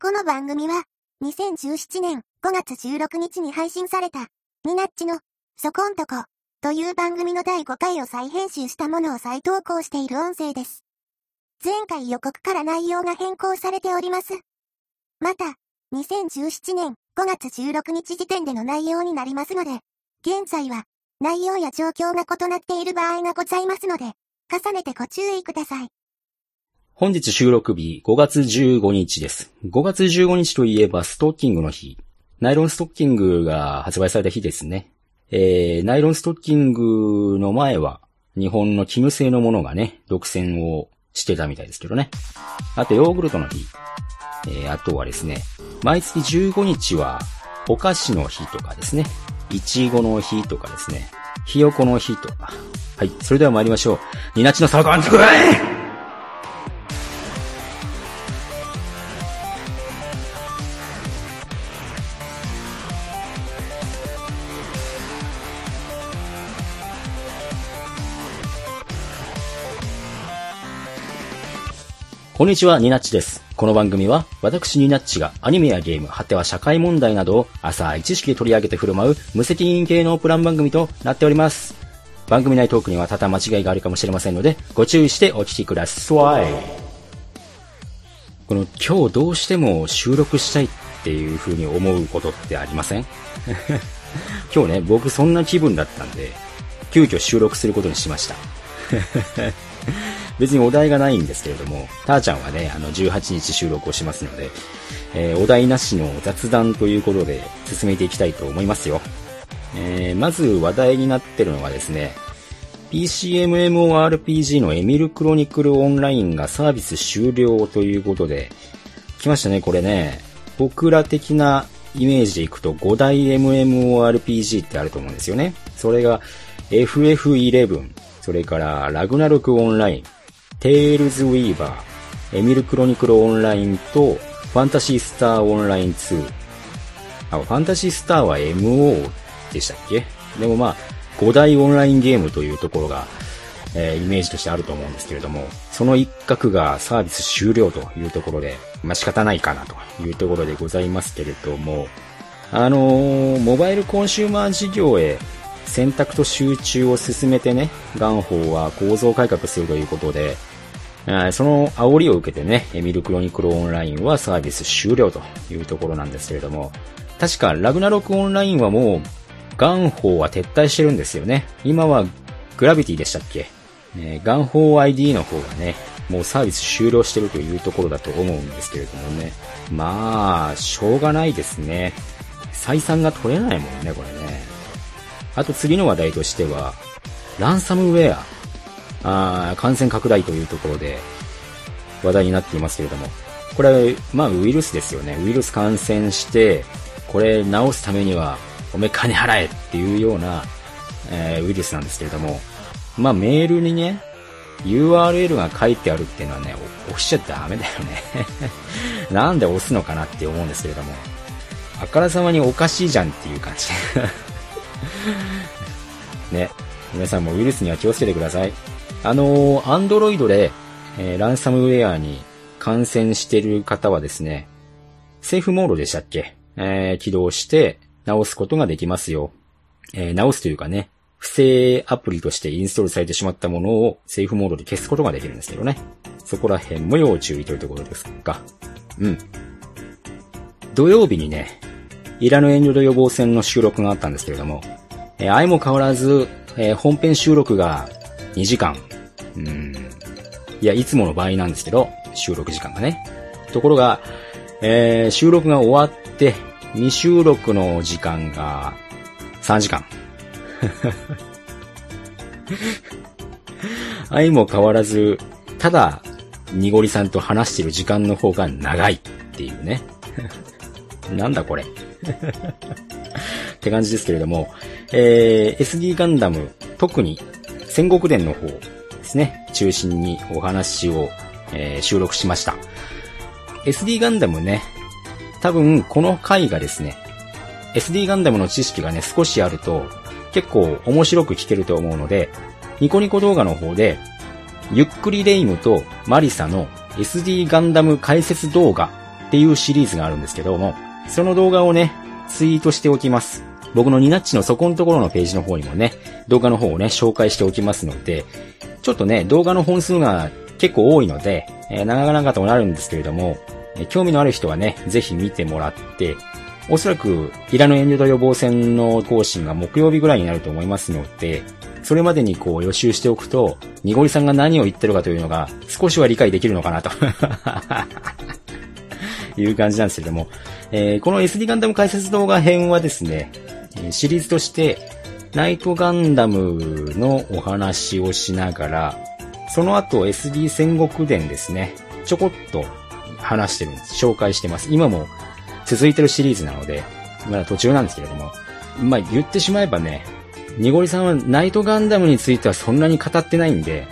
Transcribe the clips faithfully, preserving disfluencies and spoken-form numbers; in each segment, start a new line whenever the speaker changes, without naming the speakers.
この番組は、にせんじゅうななねんごがつじゅうろくにちに配信された、ニナッチの、そこんとこ、という番組のだいごかいを再編集したものを再投稿している音声です。前回予告から内容が変更されております。また、にせんじゅうななねんごがつじゅうろくにち時点での内容になりますので、現在は、内容や状況が異なっている場合がございますので、重ねてご注意ください。
本日収録日ごがつじゅうごにちです。ごがつじゅうごにちといえばストッキングの日。ナイロンストッキングが発売された日ですね。えー、ナイロンストッキングの前は日本の絹製のものがね、独占をしてたみたいですけどね。あとヨーグルトの日。えー、あとはですね、毎月じゅうごにちはお菓子の日とかですね。いちごの日とかですね。ひよこの日とか。はい、それでは参りましょう。ニナッチのサカンズクイこんにちは、ニナッチです。この番組は、私ニナッチがアニメやゲーム、果ては社会問題などを浅い知識で取り上げて振る舞う無責任系のプラン番組となっております。番組内トークには多々間違いがあるかもしれませんので、ご注意してお聞きください。この今日どうしても収録したいっていう風に思うことってありません？今日ね、僕そんな気分だったんで、急遽収録することにしました。別にお題がないんですけれども、たーちゃんはね、あのじゅうはちにち収録をしますので、えー、お題なしの雑談ということで進めていきたいと思いますよ。えー、まず話題になってるのはですね、ピーシーエムエムオーアールピージー のエミルクロニクルオンラインがサービス終了ということで、来ましたね、これね。僕ら的なイメージでいくとごだい エムエムオーアールピージー ってあると思うんですよね。それが エフエフイレブン、それからラグナロクオンライン、テイルズウィーバー、エミルクロニクルオンラインとファンタシースターオンラインツー。あ、ファンタシースターは エムオー でしたっけ？でもまあ、ごだいオンラインゲームというところが、えー、イメージとしてあると思うんですけれども、その一角がサービス終了というところで、まあ仕方ないかなというところでございますけれども、あのー、モバイルコンシューマー事業へ選択と集中を進めてね、ガンホーは構造改革するということで、その煽りを受けてね、エミルクロニクルオンラインはサービス終了というところなんですけれども、確かラグナロクオンラインはもうガンホーは撤退してるんですよね。今はグラビティでしたっけ、ね、ガンホー アイディー の方がね、もうサービス終了してるというところだと思うんですけれどもね。まあ、しょうがないですね。採算が取れないもんね、これね。あと次の話題としては、ランサムウェア。あ感染拡大というところで話題になっていますけれども、これまあウイルスですよね。ウイルス感染してこれ治すためにはおめ金払えっていうような、えー、ウイルスなんですけれども、まあメールにね ユーアールエル が書いてあるっていうのはね、押しちゃダメだよね。なんで押すのかなって思うんですけれども、あからさまにおかしいじゃんっていう感じね。皆さんもウイルスには気をつけてください。あのー、アンドロイドで、えー、ランサムウェアに感染している方はですね、セーフモードでしたっけ、えー、起動して直すことができますよ。えー、直すというかね、不正アプリとしてインストールされてしまったものをセーフモードで消すことができるんですけどね。そこら辺も要注意というところですが。うん。土曜日にね、いらぬ遠慮で予防戦の収録があったんですけれども、えー、相も変わらず、えー、本編収録がにじかん。うーん。いや、いつもの倍なんですけど、収録時間がね。ところが、えー、収録が終わって、未収録の時間がさんじかん。相も変わらず、ただ、にごりさんと話してる時間の方が長いっていうね。なんだこれ。って感じですけれども、えー、エスディー ガンダム、特に戦国伝の方ですね、中心にお話を、えー、収録しました。エスディー ガンダムね、多分この回がですね、エスディー ガンダムの知識がね、少しあると結構面白く聞けると思うので、ニコニコ動画の方で、ゆっくりレイムとマリサの エスディー ガンダム解説動画っていうシリーズがあるんですけども、その動画をね、ツイートしておきます。僕のニナッチのそこのところのページの方にもね、動画の方をね、紹介しておきますので、ちょっとね、動画の本数が結構多いので、えー、長々となるんですけれども、えー、興味のある人はね、ぜひ見てもらって、おそらく、いらぬ遠慮と予防戦の更新が木曜日ぐらいになると思いますので、それまでにこう予習しておくと、にごりさんが何を言ってるかというのが少しは理解できるのかなという感じなんですけれども、えー、この エスディー ガンダム解説動画編はですね、シリーズとしてナイトガンダムのお話をしながら、その後 エスディー 戦国伝ですね、ちょこっと話してるんです。紹介してます。今も続いてるシリーズなので、まだ途中なんですけれども、まあ言ってしまえばね、にごりさんはナイトガンダムについてはそんなに語ってないんで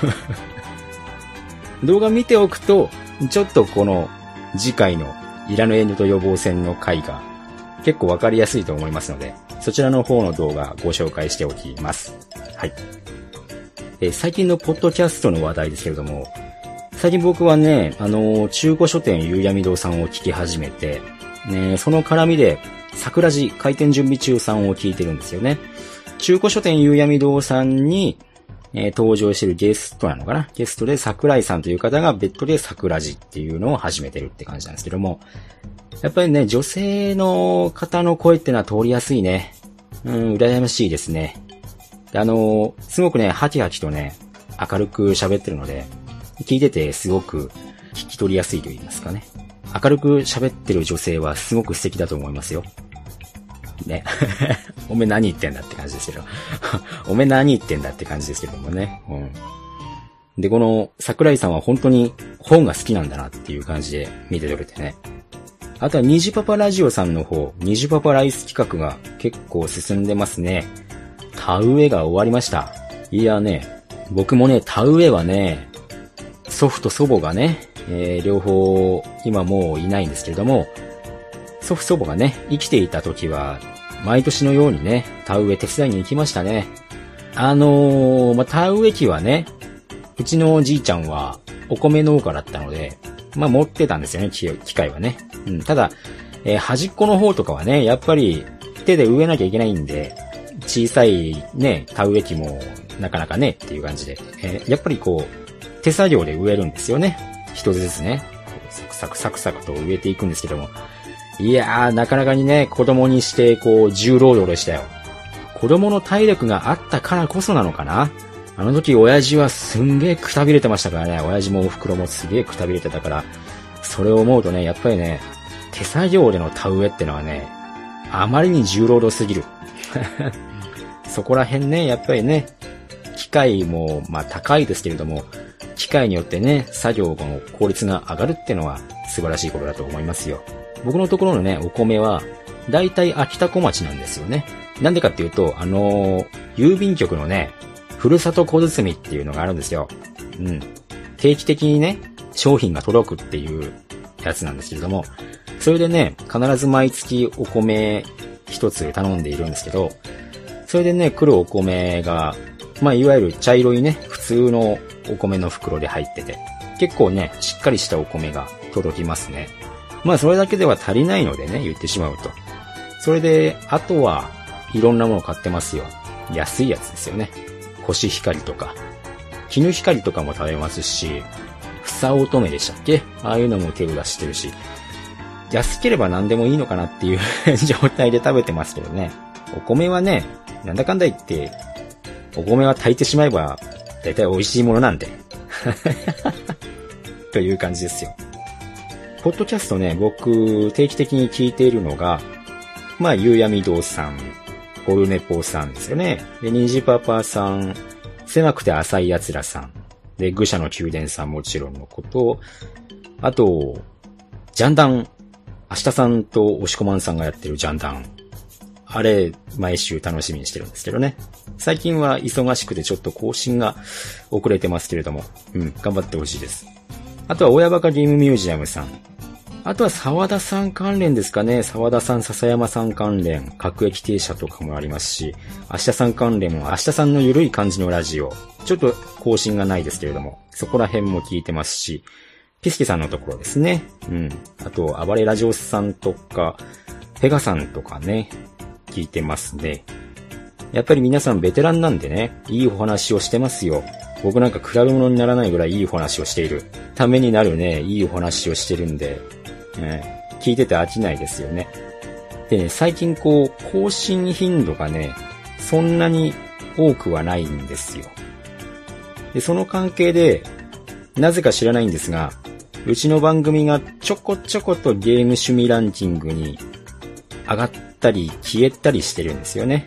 動画見ておくとちょっとこの次回のいらぬ遠慮と予防戦の回が結構わかりやすいと思いますので、そちらの方の動画ご紹介しておきます。はい。え最近のポッドキャストの話題ですけれども、最近僕はね、あの中古書店ゆうやみ堂さんを聞き始めて、ね、その絡みで桜地開店準備中さんを聞いてるんですよね。中古書店ゆうやみ堂さんに、えー、登場しているゲストなのかな、ゲストで桜井さんという方が別途で桜地っていうのを始めてるって感じなんですけども、やっぱりね、女性の方の声ってのは通りやすいね。うん、羨ましいですね。で、あのー、すごくね、ハキハキとね、明るく喋ってるので、聞いててすごく聞き取りやすいと言いますかね。明るく喋ってる女性はすごく素敵だと思いますよ。ね。おめ何言ってんだって感じですけど。おめ何言ってんだって感じですけどもね。うん。で、この桜井さんは本当に本が好きなんだなっていう感じで見て取れてね。あとは虹パパラジオさんの方、虹パパライス企画が結構進んでますね。田植えが終わりました。いやね、僕もね、田植えはね、祖父と祖母がね、えー、両方今もういないんですけれども、祖父祖母がね、生きていた時は、毎年のようにね、田植え手伝いに行きましたね。あのー、まあ、田植え機はね、うちのおじいちゃんはお米農家だったので、まあ、持ってたんですよね、機械はね。うん、ただ、えー、端っこの方とかはね、やっぱり手で植えなきゃいけないんで、小さいね、田植え機もなかなかね、っていう感じで、えー、やっぱりこう、手作業で植えるんですよね。一つずつね、サクサクサクサクと植えていくんですけども、いやー、なかなかにね、子供にして、こう、重労働でしたよ。子供の体力があったからこそなのかな。あの時、親父はすんげーくたびれてましたからね。親父もお袋もすげーくたびれてたから、それを思うとね、やっぱりね、手作業での田植えってのはね、あまりに重労働すぎる。そこら辺ね、やっぱりね、機械も、まあ高いですけれども、機械によってね、作業の効率が上がるってのは素晴らしいことだと思いますよ。僕のところのね、お米は、だいたい秋田小町なんですよね。なんでかっていうと、あのー、郵便局のね、ふるさと小包っていうのがあるんですよ。うん。定期的にね、商品が届くっていうやつなんですけれども、それでね、必ず毎月お米一つ頼んでいるんですけど、それでね、来るお米が、まあ、いわゆる茶色いね、普通のお米の袋で入ってて、結構ね、しっかりしたお米が届きますね。まあそれだけでは足りないのでね、言ってしまうと。それで、あとはいろんなもの買ってますよ。安いやつですよね。コシヒカリとか、絹ヒカリとかも食べますし、房乙女でしたっけ？ああいうのも手を出してるし、安ければ何でもいいのかなっていう状態で食べてますけどね。お米はね、なんだかんだ言って、お米は炊いてしまえば、だいたい美味しいものなんで。という感じですよ。ポッドキャストね、僕、定期的に聞いているのが、まあ、ゆうやみ堂さん、ゴルネポさんですよね。で、にじパパさん、狭くて浅い奴らさん。で、愚者の宮殿さんもちろんのこと、あと、ジャンダン、明日さんと押しこまんさんがやってるジャンダン。あれ、毎週楽しみにしてるんですけどね。最近は忙しくてちょっと更新が遅れてますけれども、うん、頑張ってほしいです。あとは、親バカゲームミュージアムさん。あとは沢田さん関連ですかね。沢田さん、笹山さん関連、各駅停車とかもありますし、明日さん関連も明日さんのゆるい感じのラジオ。ちょっと更新がないですけれども、そこら辺も聞いてますし、 ピスケさんのところですね。うん。あと、暴れラジオスさんとか、ペガさんとかね、聞いてますね。やっぱり皆さんベテランなんでね、いいお話をしてますよ。僕なんか比べ物にならないぐらいいいお話をしている。ためになるね、いいお話をしてるんで、ね、聞いてて飽きないですよね。でね、最近こう、更新頻度がね、そんなに多くはないんですよ。で、その関係で、なぜか知らないんですが、うちの番組がちょこちょことゲーム趣味ランキングに上がったり消えたりしてるんですよね。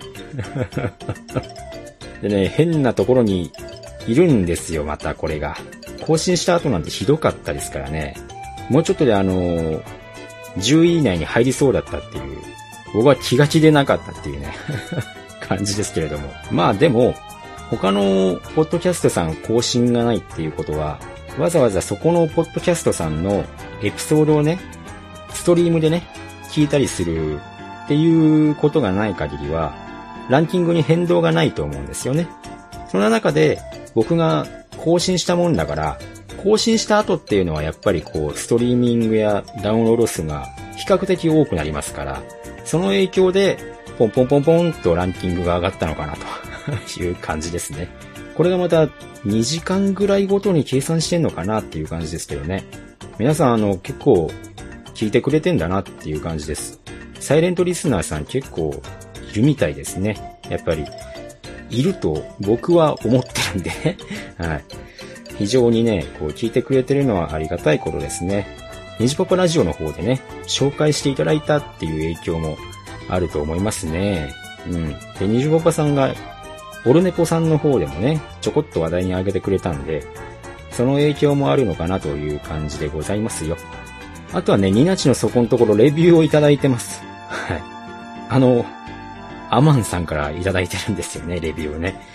でね、変なところにいるんですよ、またこれが。更新した後なんてひどかったですからね。もうちょっとであの、じゅうい以内に入りそうだったっていう、僕は気が気でなかったっていうね、感じですけれども。まあでも、他のポッドキャストさん更新がないっていうことは、わざわざそこのポッドキャストさんのエピソードをね、ストリームでね、聞いたりするっていうことがない限りは、ランキングに変動がないと思うんですよね。そんな中で、僕が更新したもんだから、更新した後っていうのはやっぱりこう、ストリーミングやダウンロード数が比較的多くなりますから、その影響で、ポンポンポンポンとランキングが上がったのかなという感じですね。これがまたにじかんぐらいごとに計算してんのかなっていう感じですけどね。皆さんあの結構聞いてくれてんだなっていう感じです。サイレントリスナーさん結構いるみたいですね。やっぱりいると僕は思ってるんで、はい。非常にね、こう聞いてくれてるのはありがたいことですね。ニジパパラジオの方でね、紹介していただいたっていう影響もあると思いますね。うん。で、ニジパパさんがオルネポさんの方でもね、ちょこっと話題に上げてくれたんで、その影響もあるのかなという感じでございますよ。あとはね、ニナチの底のところレビューをいただいてます。はい。あの、アマンさんからいただいてるんですよね、レビューをね。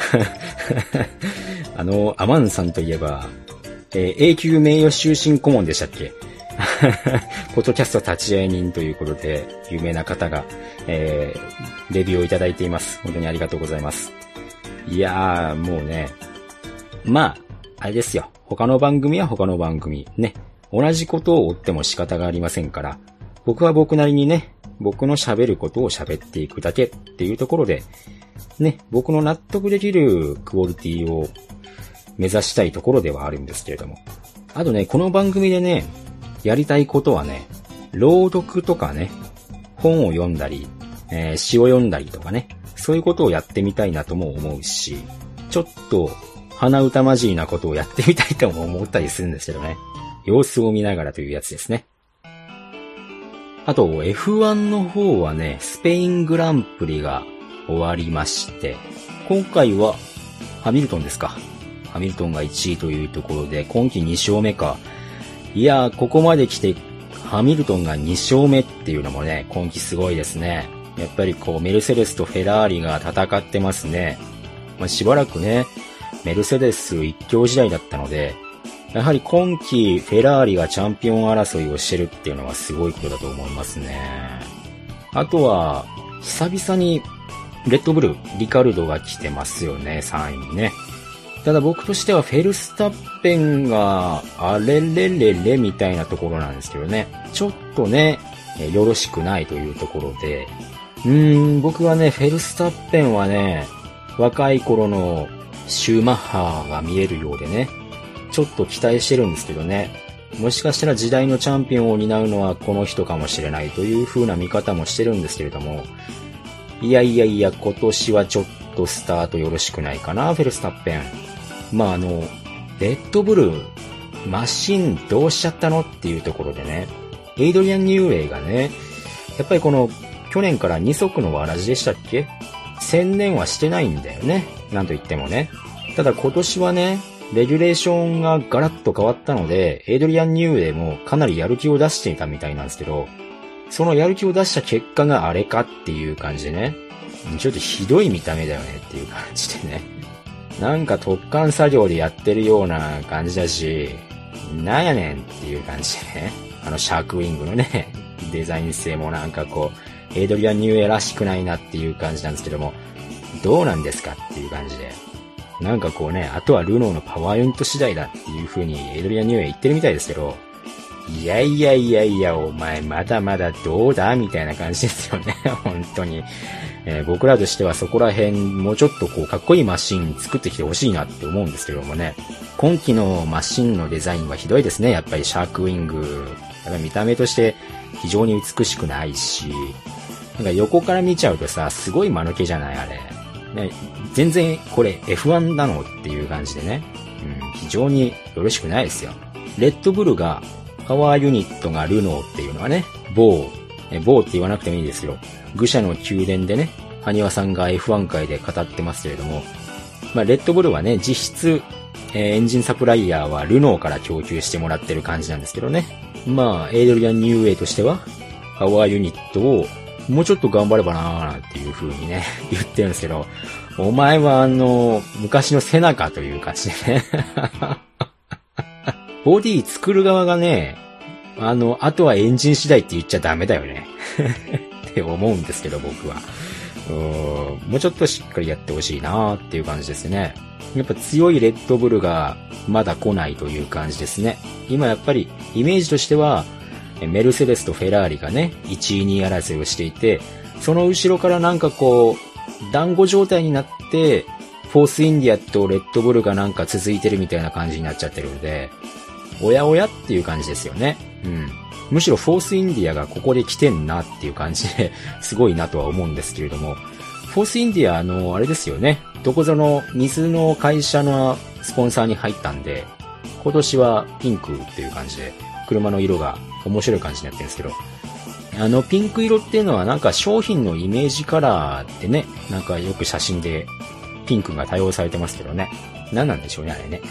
あの、アマンさんといえば、えー、永久名誉終身顧問でしたっけポッドキャスト立ち会い人ということで、有名な方が、えー、レビューをいただいています。本当にありがとうございます。いやー、もうね、まあ、あれですよ。他の番組は他の番組。ね。同じことを追っても仕方がありませんから、僕は僕なりにね、僕の喋ることを喋っていくだけっていうところで、ね、僕の納得できるクオリティを目指したいところではあるんですけれども。あとね、この番組でね、やりたいことはね、朗読とかね、本を読んだり、えー、詩を読んだりとかね、そういうことをやってみたいなとも思うし、ちょっと鼻歌混じりなことをやってみたいとも思ったりするんですけどね。様子を見ながらというやつですね。あと エフワン の方はね、スペイングランプリが終わりまして、今回はハミルトンですか。ハミルトンがいちいというところで、今季に勝目か。いやー、ここまで来てハミルトンがに勝目っていうのもね、今季すごいですね。やっぱりこうメルセデスとフェラーリが戦ってますね。まあ、しばらくね、メルセデス一強時代だったので、やはり今季フェラーリがチャンピオン争いをしてるっていうのはすごいことだと思いますね。あとは、久々にレッドブル、リカルドが来てますよね、さんいにね。ただ僕としてはフェルスタッペンがあれれれれみたいなところなんですけどね。ちょっとね、よろしくないというところで、うーん、僕はね、フェルスタッペンはね、若い頃のシューマッハが見えるようでね、ちょっと期待してるんですけどね。もしかしたら時代のチャンピオンを担うのはこの人かもしれないという風な見方もしてるんですけれども、いやいやいや、今年はちょっとスタートよろしくないかな、フェルスタッペン。まああの、レッドブル、マシンどうしちゃったのっていうところでね、エイドリアン・ニューウェイがね、やっぱりこの去年からに足のわらじでしたっけ？専念はしてないんだよね。なんと言ってもね。ただ今年はね、レギュレーションがガラッと変わったので、エイドリアン・ニューウェイもかなりやる気を出していたみたいなんですけど、そのやる気を出した結果があれかっていう感じでね、ちょっとひどい見た目だよねっていう感じでね。なんか特艦作業でやってるような感じだし、なんやねんっていう感じでね。あのシャークウィングのね、デザイン性もなんかこう、エイドリアン・ニューウェイらしくないなっていう感じなんですけども、どうなんですかっていう感じで。 なんかこうね、あとはルノーのパワーユニット次第だっていう風にエドリアン・ニューウェイ言ってるみたいですけど、いやいやいやいや、お前まだまだどうだみたいな感じですよね、本当に。えー、僕らとしてはそこら辺もうちょっとこうかっこいいマシン作ってきてほしいなって思うんですけどもね。今期のマシンのデザインはひどいですね。やっぱりシャークウィング。だから見た目として非常に美しくないし、なんか横から見ちゃうとさ、すごい間抜けじゃないあれ。ね、全然これ エフワン なのっていう感じでね、うん、非常によろしくないですよ。レッドブルがパワーユニットがルノーっていうのはね、某、え某って言わなくてもいいですよ。愚者の宮殿でね、埴輪さんが エフワン 界で語ってますけれども、まあレッドブルはね、実質、えー、エンジンサプライヤーはルノーから供給してもらってる感じなんですけどね。まあエイドリアン・ニューウェイとしては、パワーユニットをもうちょっと頑張ればなーなんていう風にね、言ってるんですけど、お前はあの、昔の背中という感じでね。ボディ作る側がね、あの、あとはエンジン次第って言っちゃダメだよね。って思うんですけど、僕は。うーん、もうちょっとしっかりやってほしいなーっていう感じですね。やっぱ強いレッドブルがまだ来ないという感じですね。今やっぱりイメージとしては、メルセデスとフェラーリがね、いちいにい争いをしていて、その後ろからなんかこう、団子状態になって、フォースインディアとレッドブルがなんか続いてるみたいな感じになっちゃってるので、おやおやっていう感じですよね。うん。むしろフォースインディアがここで来てんなっていう感じで、すごいなとは思うんですけれども、フォースインディア、あの、あれですよね。どこぞの水の会社のスポンサーに入ったんで、今年はピンクっていう感じで、車の色が面白い感じになってるんですけど、あのピンク色っていうのはなんか商品のイメージカラーってね、なんかよく写真でピンクが多用されてますけどね。何なんでしょうね、あれね。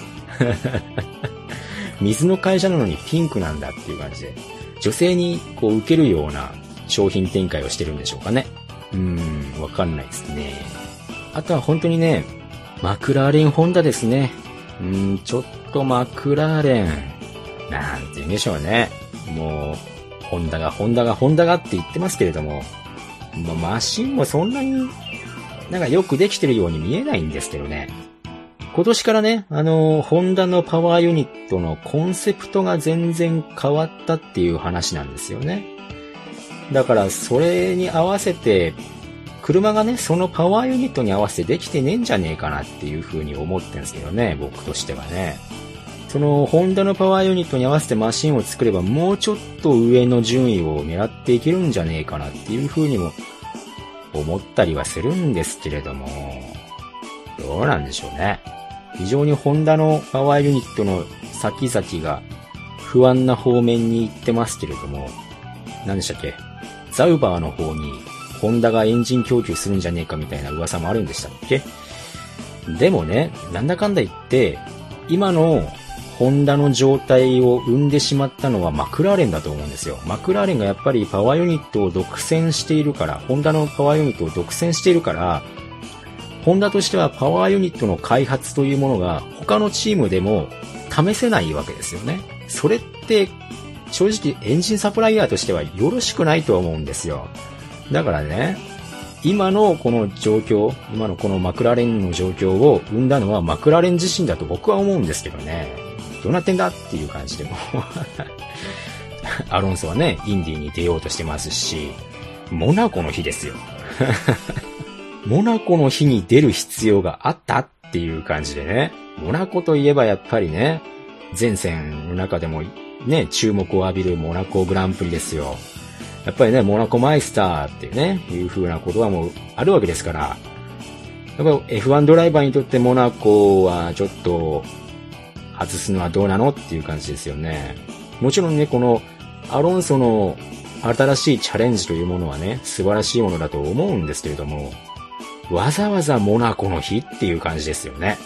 水の会社なのにピンクなんだっていう感じで、女性にこう受けるような商品展開をしてるんでしょうかね。うーん、わかんないですね。あとは本当にね、マクラーレンホンダですね。うーん、ちょっとマクラーレン、なんて言うんでしょうね。もう、ホンダが、ホンダが、ホンダがって言ってますけれども、まあ、マシンもそんなになんかよくできてるように見えないんですけどね。今年からね、あの、ホンダのパワーユニットのコンセプトが全然変わったっていう話なんですよね。だからそれに合わせて、車がね、そのパワーユニットに合わせてできてねえんじゃねえかなっていう風に思ってるんですけどね、僕としてはね。そのホンダのパワーユニットに合わせてマシンを作ればもうちょっと上の順位を狙っていけるんじゃねえかなっていう風にも思ったりはするんですけれども、どうなんでしょうね。非常にホンダのパワーユニットの先々が不安な方面に行ってますけれども、何でしたっけ、ザウバーの方にホンダがエンジン供給するんじゃねえかみたいな噂もあるんでしたっけ。でもね、なんだかんだ言って今のホンダの状態を生んでしまったのはマクラーレンだと思うんですよ。マクラーレンがやっぱりパワーユニットを独占しているから、ホンダのパワーユニットを独占しているから、ホンダとしてはパワーユニットの開発というものが他のチームでも試せないわけですよね。それって正直エンジンサプライヤーとしてはよろしくないと思うんですよ。だからね、今のこの状況、今のこのマクラーレンの状況を生んだのはマクラーレン自身だと僕は思うんですけどね。どうなってんだっていう感じでもアロンソはね、インディに出ようとしてますし、モナコの日ですよ。モナコの日に出る必要があったっていう感じでね。モナコといえばやっぱりね、前線の中でもね、注目を浴びるモナコグランプリですよ。やっぱりね、モナコマイスターっていうね、いう風なことはもうあるわけですから、やっぱ エフワン ドライバーにとってモナコはちょっと外すのはどうなのっていう感じですよね。もちろんね、このアロンソの新しいチャレンジというものはね、素晴らしいものだと思うんですけれども、わざわざモナコの日っていう感じですよね。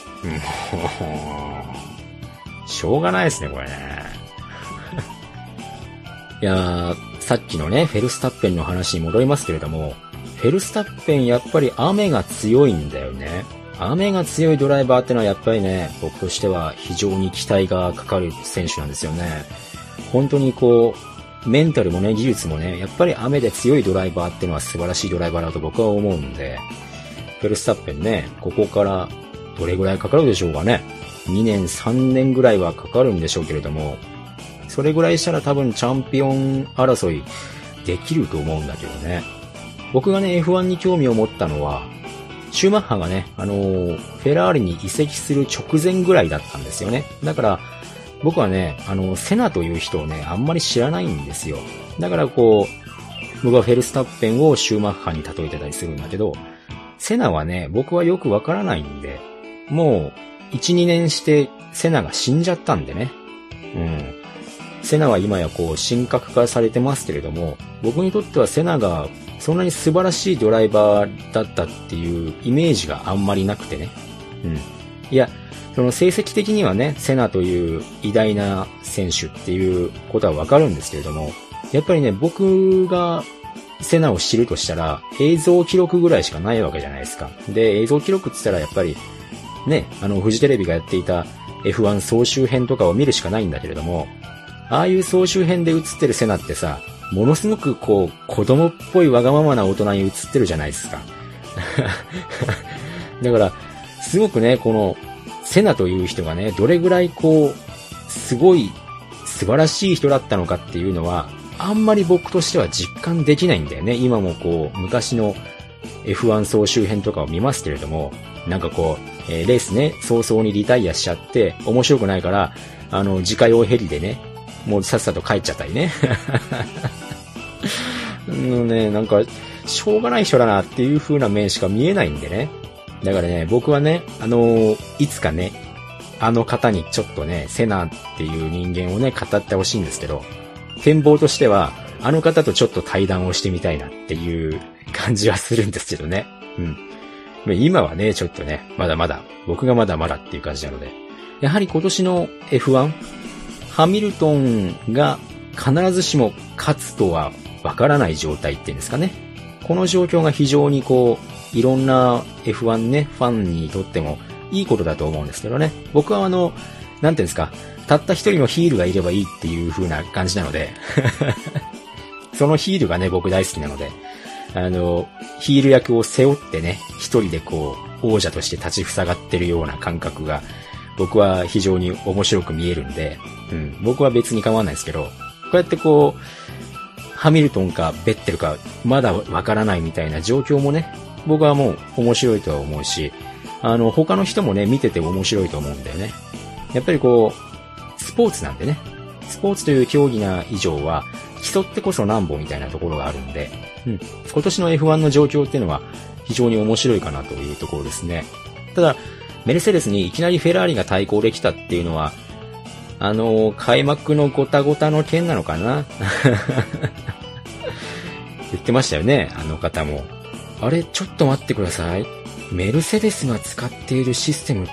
しょうがないですね、これね。いやー、さっきのね、フェルスタッペンの話に戻りますけれども、フェルスタッペンやっぱり雨が強いんだよね。雨が強いドライバーってのはやっぱりね、僕としては非常に期待がかかる選手なんですよね。本当にこう、メンタルもね、技術もね、やっぱり雨で強いドライバーってのは素晴らしいドライバーだと僕は思うんで、フェルスタッペンね、ここからどれぐらいかかるでしょうかね。にねんさんねんぐらいはかかるんでしょうけれども、それぐらいしたら多分チャンピオン争いできると思うんだけどね。僕がね エフワン に興味を持ったのはシューマッハがね、あのー、フェラーリに移籍する直前ぐらいだったんですよね。だから僕はね、あのセナという人をねあんまり知らないんですよ。だからこう僕はフェルスタッペンをシューマッハに例えてたりするんだけど、セナはね僕はよくわからないんで、もういち、にねんしてセナが死んじゃったんでね。うん。セナは今やこう神格化されてますけれども、僕にとってはセナがそんなに素晴らしいドライバーだったっていうイメージがあんまりなくてね。うん。いや、その成績的にはね、セナという偉大な選手っていうことはわかるんですけれども、やっぱりね、僕がセナを知るとしたら映像記録ぐらいしかないわけじゃないですか。で、映像記録って言ったらやっぱりね、あの、フジテレビがやっていた エフワン 総集編とかを見るしかないんだけれども、ああいう総集編で映ってるセナってさ、ものすごくこう、子供っぽいわがままな大人に映ってるじゃないですか。だから、すごくね、この、セナという人がね、どれぐらいこう、すごい、素晴らしい人だったのかっていうのは、あんまり僕としては実感できないんだよね。今もこう、昔の エフワン 総集編とかを見ますけれども、なんかこう、えー、レースね、早々にリタイアしちゃって、面白くないから、あの、自家用ヘリでね、もうさっさと帰っちゃったりね。うんね、なんか、しょうがない人だなっていう風な面しか見えないんでね。だからね、僕はね、あのー、いつかね、あの方にちょっとね、セナっていう人間をね、語ってほしいんですけど、展望としては、あの方とちょっと対談をしてみたいなっていう感じはするんですけどね。うん。今はね、ちょっとね、まだまだ、僕がまだまだっていう感じなので、やはり今年の エフワン、ハミルトンが必ずしも勝つとはわからない状態っていうんですかね。この状況が非常にこう、いろんな エフワン ね、ファンにとってもいいことだと思うんですけどね。僕はあの、なんていうんですか、たった一人のヒールがいればいいっていう風な感じなので、そのヒールがね、僕大好きなので、あの、ヒール役を背負ってね、一人でこう、王者として立ちふさがってるような感覚が、僕は非常に面白く見えるんで、うん、僕は別に構わないですけど、こうやってこう、ハミルトンかベッテルかまだわからないみたいな状況もね、僕はもう面白いとは思うし、あの、他の人もね、見てて面白いと思うんだよね。やっぱりこう、スポーツなんでね、スポーツという競技な以上は、競ってこそなんぼみたいなところがあるんで、うん、今年の エフワン の状況っていうのは非常に面白いかなというところですね。ただ、メルセデスにいきなりフェラーリが対抗できたっていうのは、あのー、開幕のゴタゴタの件なのかな言ってましたよね、あの方も。あれ、ちょっと待ってください。メルセデスが使っているシステムって、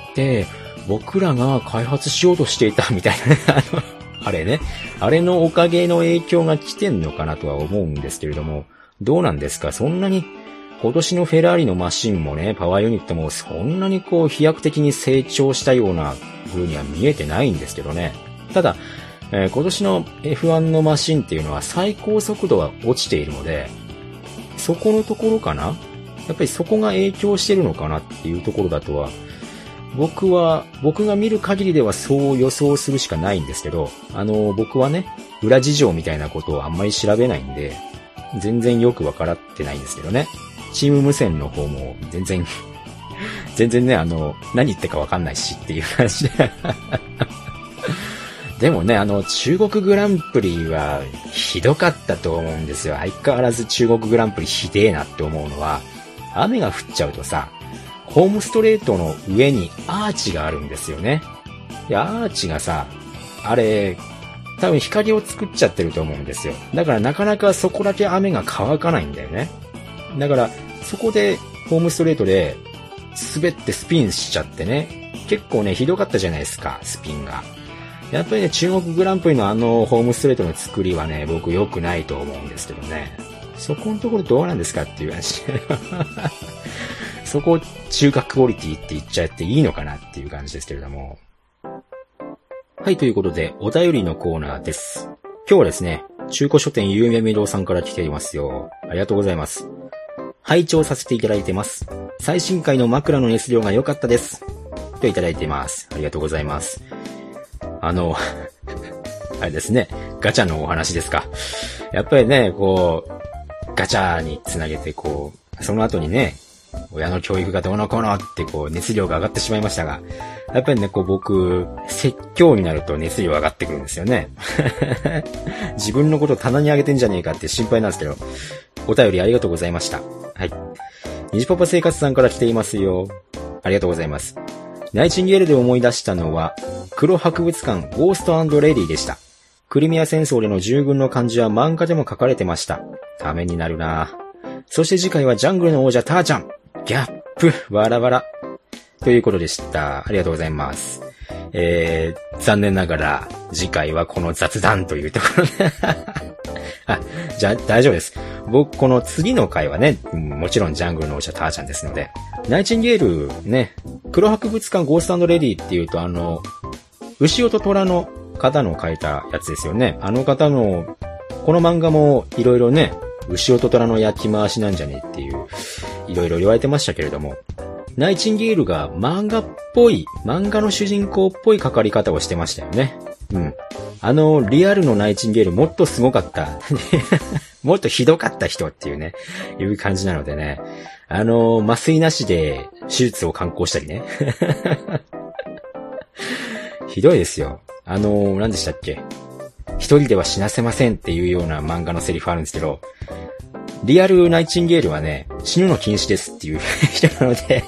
僕らが開発しようとしていたみたいなね。あの、あれね。あれのおかげの影響が来てんのかなとは思うんですけれども、どうなんですか？そんなに、今年のフェラーリのマシンもね、パワーユニットもそんなにこう飛躍的に成長したような風には見えてないんですけどね。ただ、えー、今年の エフワン のマシンっていうのは最高速度が落ちているので、そこのところかな？やっぱりそこが影響してるのかなっていうところだとは、僕は、僕が見る限りではそう予想するしかないんですけど、あの、僕はね、裏事情みたいなことをあんまり調べないんで、全然よくわからってないんですけどね。チーム無線の方も全然、全然ね、あの、何言ってかわかんないしっていう感じで。でもね、あの、中国グランプリはひどかったと思うんですよ。相変わらず中国グランプリひでえなって思うのは、雨が降っちゃうとさ、ホームストレートの上にアーチがあるんですよね。で、アーチがさ、あれ、多分光を作っちゃってると思うんですよ。だからなかなかそこだけ雨が乾かないんだよね。だから、そこでホームストレートで滑ってスピンしちゃってね。結構ね、ひどかったじゃないですか、スピンが。やっぱりね、中国グランプリのあのホームストレートの作りはね、僕良くないと思うんですけどね。そこのところどうなんですかっていう話。そこを中華クオリティって言っちゃっていいのかなっていう感じですけれども。はい、ということで、お便りのコーナーです。今日はですね、中古書店ゆうめみ堂さんから来ていますよ。ありがとうございます。拝聴させていただいてます。最新回の枕の熱量が良かったです。 といただいています。ありがとうございます。あの、あれですね、ガチャのお話ですか。やっぱりね、こう、ガチャにつなげて、こう、その後にね、親の教育がどうのこうのってこう熱量が上がってしまいましたが、やっぱりね、こう僕、説教になると熱量上がってくるんですよね。自分のことを棚に上げてんじゃねえかって心配なんですけど、お便りありがとうございました。はい。にじパパ生活さんから来ていますよ。ありがとうございます。ナイチンゲールで思い出したのは、黒博物館ゴースト&レディでした。クリミア戦争での従軍の漢字は漫画でも書かれてました。ためになるなぁ。そして次回はジャングルの王者ターちゃん。ギャップ、わらわら。ということでした。ありがとうございます。えー、残念ながら次回はこの雑談というところで。あ、じゃあ大丈夫です。僕この次の回はね、もちろんジャングルの王者ターちゃんですので。ナイチンゲールね、黒博物館ゴースト&レディっていうとあの、牛尾と虎の方の書いたやつですよね。あの方の、この漫画もいろいろね、牛尾と虎の焼き回しなんじゃねっていう、いろいろ言われてましたけれども、ナイチンゲールが漫画っぽい、漫画の主人公っぽい書かれ方をしてましたよね。うん。あの、リアルのナイチンゲールもっとすごかった。もっとひどかった人っていうね、いう感じなのでね。あの、麻酔なしで手術を敢行したりね。ひどいですよ。あの、何でしたっけ？一人では死なせませんっていうような漫画のセリフあるんですけど、リアルナイチンゲールはね、死ぬの禁止ですっていう人なので、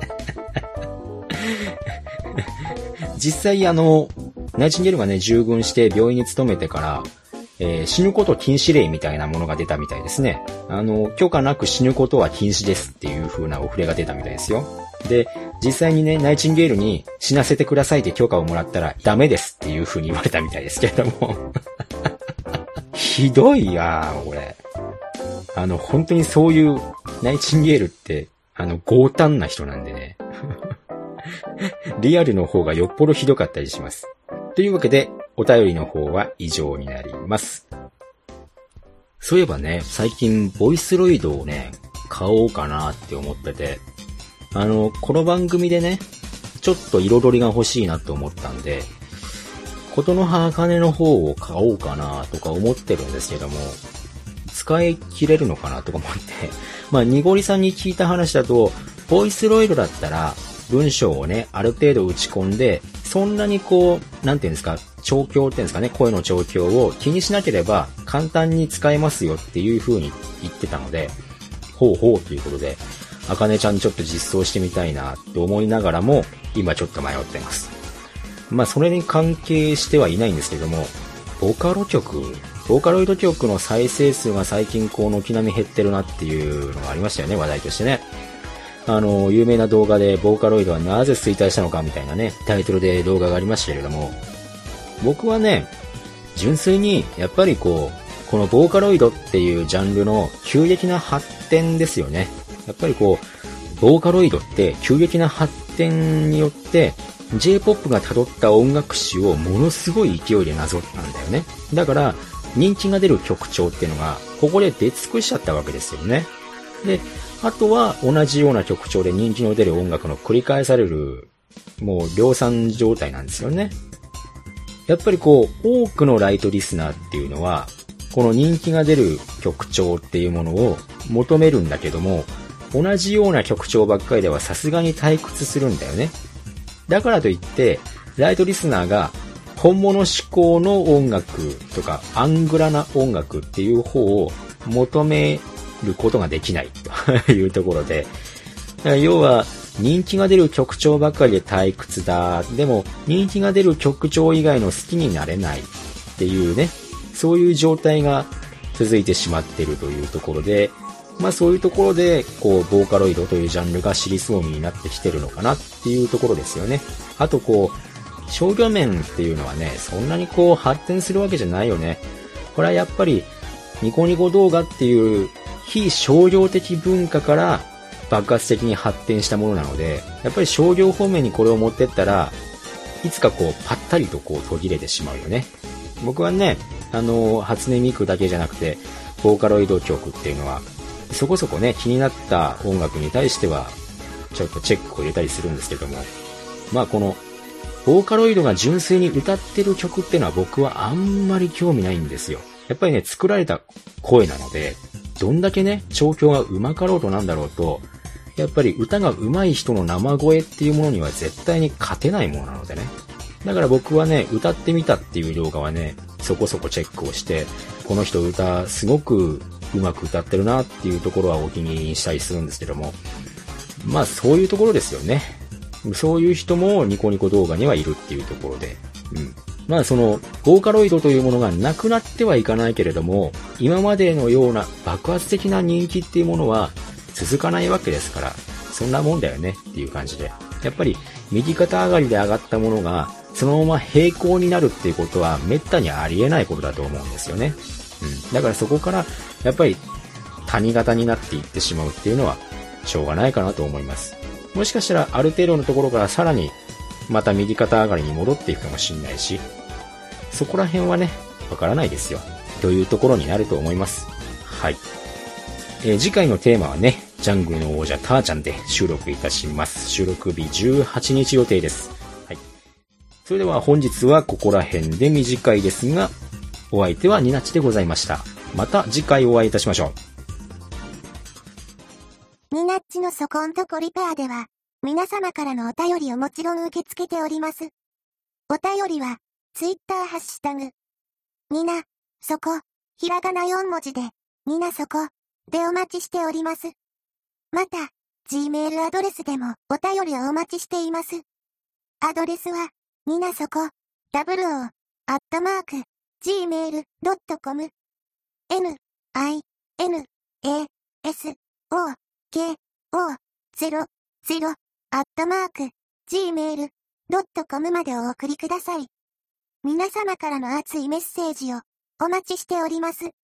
実際あの、ナイチンゲールがね、従軍して病院に勤めてから、えー、死ぬこと禁止令みたいなものが出たみたいですね。あの、許可なく死ぬことは禁止ですっていう風なお触れが出たみたいですよ。で、実際にね、ナイチンゲールに死なせてくださいって許可をもらったらダメですっていう風に言われたみたいですけれども。ひどいやー、これ。あの、本当にそういうナイチンゲールって、あの、強胆な人なんでね。リアルの方がよっぽどひどかったりします。というわけで、お便りの方は以上になります。そういえばね、最近ボイスロイドをね、買おうかなって思ってて、あの、この番組でね、ちょっと彩りが欲しいなと思ったんで、ことの葉茜の方を買おうかなとか思ってるんですけども、使い切れるのかなとか思って、まあ、にごりさんに聞いた話だと、ボイスロイドだったら、文章をね、ある程度打ち込んで、そんなにこう、なんていうんですか、調教っていうんですかね、声の調教を気にしなければ簡単に使えますよっていう風に言ってたので、ほうほうということで、あかねちゃんちょっと実装してみたいなと思いながらも、今ちょっと迷ってます。まあ、それに関係してはいないんですけども、ボカロ曲、ボーカロイド曲の再生数が最近こう軒並み減ってるなっていうのがありましたよね、話題としてね。あの、有名な動画でボーカロイドはなぜ衰退したのかみたいなね、タイトルで動画がありましたけれども、僕はね、純粋にやっぱりこう、このボーカロイドっていうジャンルの急激な発展ですよね。やっぱりこう、ボーカロイドって急激な発展によって、J-ポップ が辿った音楽史をものすごい勢いでなぞったんだよね。だから、人気が出る曲調っていうのが、ここで出尽くしちゃったわけですよね。で、あとは同じような曲調で人気の出る音楽の繰り返される、もう量産状態なんですよね。やっぱりこう、多くのライトリスナーっていうのは、この人気が出る曲調っていうものを求めるんだけども、同じような曲調ばっかりではさすがに退屈するんだよね。だからといって、ライトリスナーが本物志向の音楽とかアングラな音楽っていう方を求めることができないというところで、要は人気が出る曲調ばっかりで退屈だ。でも人気が出る曲調以外の好きになれないっていうね、そういう状態が続いてしまっているというところで、まあそういうところでこうボーカロイドというジャンルが尻すぼみになってきてるのかなっていうところですよね。あとこう商業面っていうのはね、そんなにこう発展するわけじゃないよね。これはやっぱりニコニコ動画っていう非商業的文化から爆発的に発展したものなので、やっぱり商業方面にこれを持ってったらいつかこうパッタリとこう途切れてしまうよね。僕はね、あの初音ミクだけじゃなくてボーカロイド曲っていうのはそこそこね気になった音楽に対してはちょっとチェックを入れたりするんですけども、 まあこの、ボーカロイドが純粋に歌ってる曲ってのは僕はあんまり興味ないんですよ。やっぱりね、作られた声なので、どんだけね、調教が上手かろうとなんだろうと、やっぱり歌が上手い人の生声っていうものには絶対に勝てないものなのでね。だから僕はね、歌ってみたっていう動画はね、そこそこチェックをして、この人歌すごく上手く歌ってるなっていうところはお気に入りにしたりするんですけども、まあそういうところですよね。そういう人もニコニコ動画にはいるっていうところで、うん。まあその、ボーカロイドというものがなくなってはいかないけれども、今までのような爆発的な人気っていうものは続かないわけですから、そんなもんだよねっていう感じで。やっぱり右肩上がりで上がったものが、そのまま平行になるっていうことは滅多にありえないことだと思うんですよね。うん。だからそこから、やっぱり谷型になっていってしまうっていうのは、しょうがないかなと思います。もしかしたらある程度のところからさらにまた右肩上がりに戻っていくかもしれないし、そこら辺はね、わからないですよ。というところになると思います。はい。えー、次回のテーマはね、ジャングルの王者ターちゃんで収録いたします。収録日じゅうはちにち予定です。はい。それでは本日はここら辺で短いですが、お相手はニナッチでございました。また次回お会いいたしましょう。
ニナッチのそこんとこリペアでは、皆様からのお便りをもちろん受け付けております。お便りは、ツイッターハッシュタグ、ニナ、そこ、ひらがなよんもじで、ニナそこ、でお待ちしております。また、Gmail アドレスでもお便りをお待ちしています。アドレスは、ニナそこ、ダブルオー、アットマーク、ジーメールドットコム、n, i, n, a, s, o, k, o, ゼロ、ゼロ、アットマーク、ジーメールドットコム までお送りください。皆様からの熱いメッセージをお待ちしております。